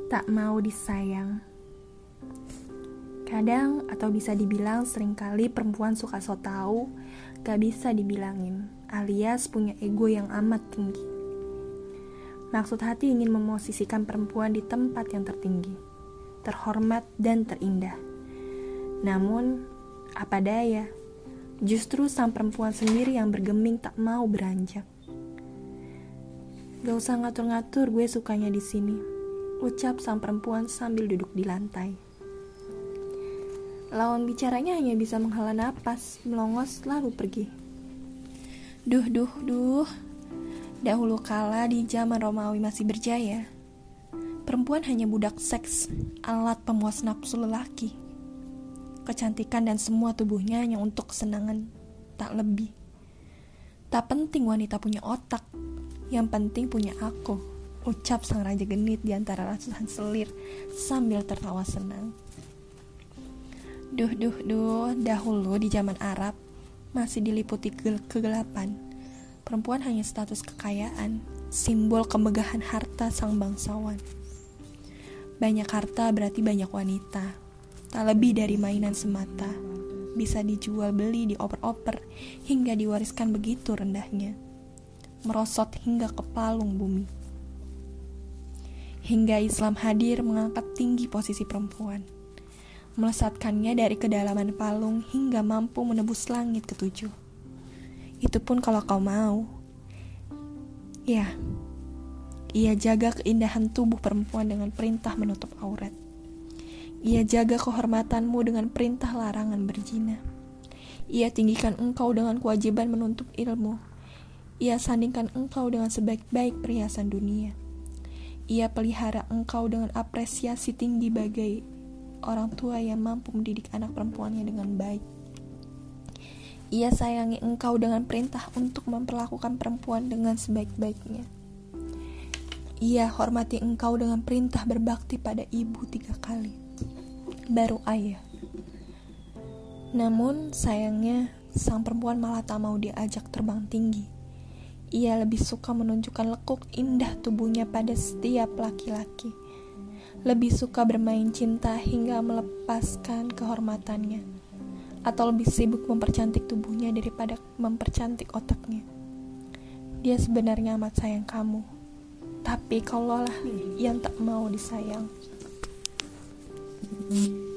Tak mau disayang. Kadang atau bisa dibilang seringkali perempuan suka so tau, gak bisa dibilangin, alias punya ego yang amat tinggi. Maksud hati ingin memosisikan perempuan di tempat yang tertinggi, terhormat dan terindah. Namun, apa daya, justru sang perempuan sendiri yang bergeming tak mau beranjak. Gak usah ngatur-ngatur, gue sukanya di sini, ucap sang perempuan sambil duduk di lantai. Lawan bicaranya hanya bisa menghela napas, melongos lalu pergi. Duh. Dahulu kala di zaman Romawi masih berjaya, perempuan hanya budak seks, alat pemuas nafsu lelaki. Kecantikan dan semua tubuhnya hanya untuk kesenangan, tak lebih. Tak penting wanita punya otak, yang penting punya aku, ucap sang raja genit di antara ratusan selir sambil tertawa senang. Duh, dahulu di zaman Arab masih diliputi kegelapan. Perempuan hanya status kekayaan, simbol kemegahan harta sang bangsawan. Banyak harta berarti banyak wanita, tak lebih dari mainan semata. Bisa dijual beli, dioper-oper, hingga diwariskan begitu rendahnya. Merosot hingga ke palung bumi. Hingga Islam hadir mengangkat tinggi posisi perempuan, melesatkannya dari kedalaman palung hingga mampu menebus langit ketujuh. Itu pun kalau kau mau. Ya, ia jaga keindahan tubuh perempuan dengan perintah menutup aurat. Ia jaga kehormatanmu dengan perintah larangan berzina. Ia tinggikan engkau dengan kewajiban menuntut ilmu. Ia sandingkan engkau dengan sebaik-baik perhiasan dunia. Ia pelihara engkau dengan apresiasi tinggi bagai orang tua yang mampu mendidik anak perempuannya dengan baik. Ia sayangi engkau dengan perintah untuk memperlakukan perempuan dengan sebaik-baiknya. Ia hormati engkau dengan perintah berbakti pada ibu 3 kali, baru ayah. Namun sayangnya sang perempuan malah tak mau diajak terbang tinggi. Ia lebih suka menunjukkan lekuk indah tubuhnya pada setiap laki-laki. Lebih suka bermain cinta hingga melepaskan kehormatannya, atau lebih sibuk mempercantik tubuhnya daripada mempercantik otaknya. Dia sebenarnya amat sayang kamu, tapi kaulah yang tak mau disayang.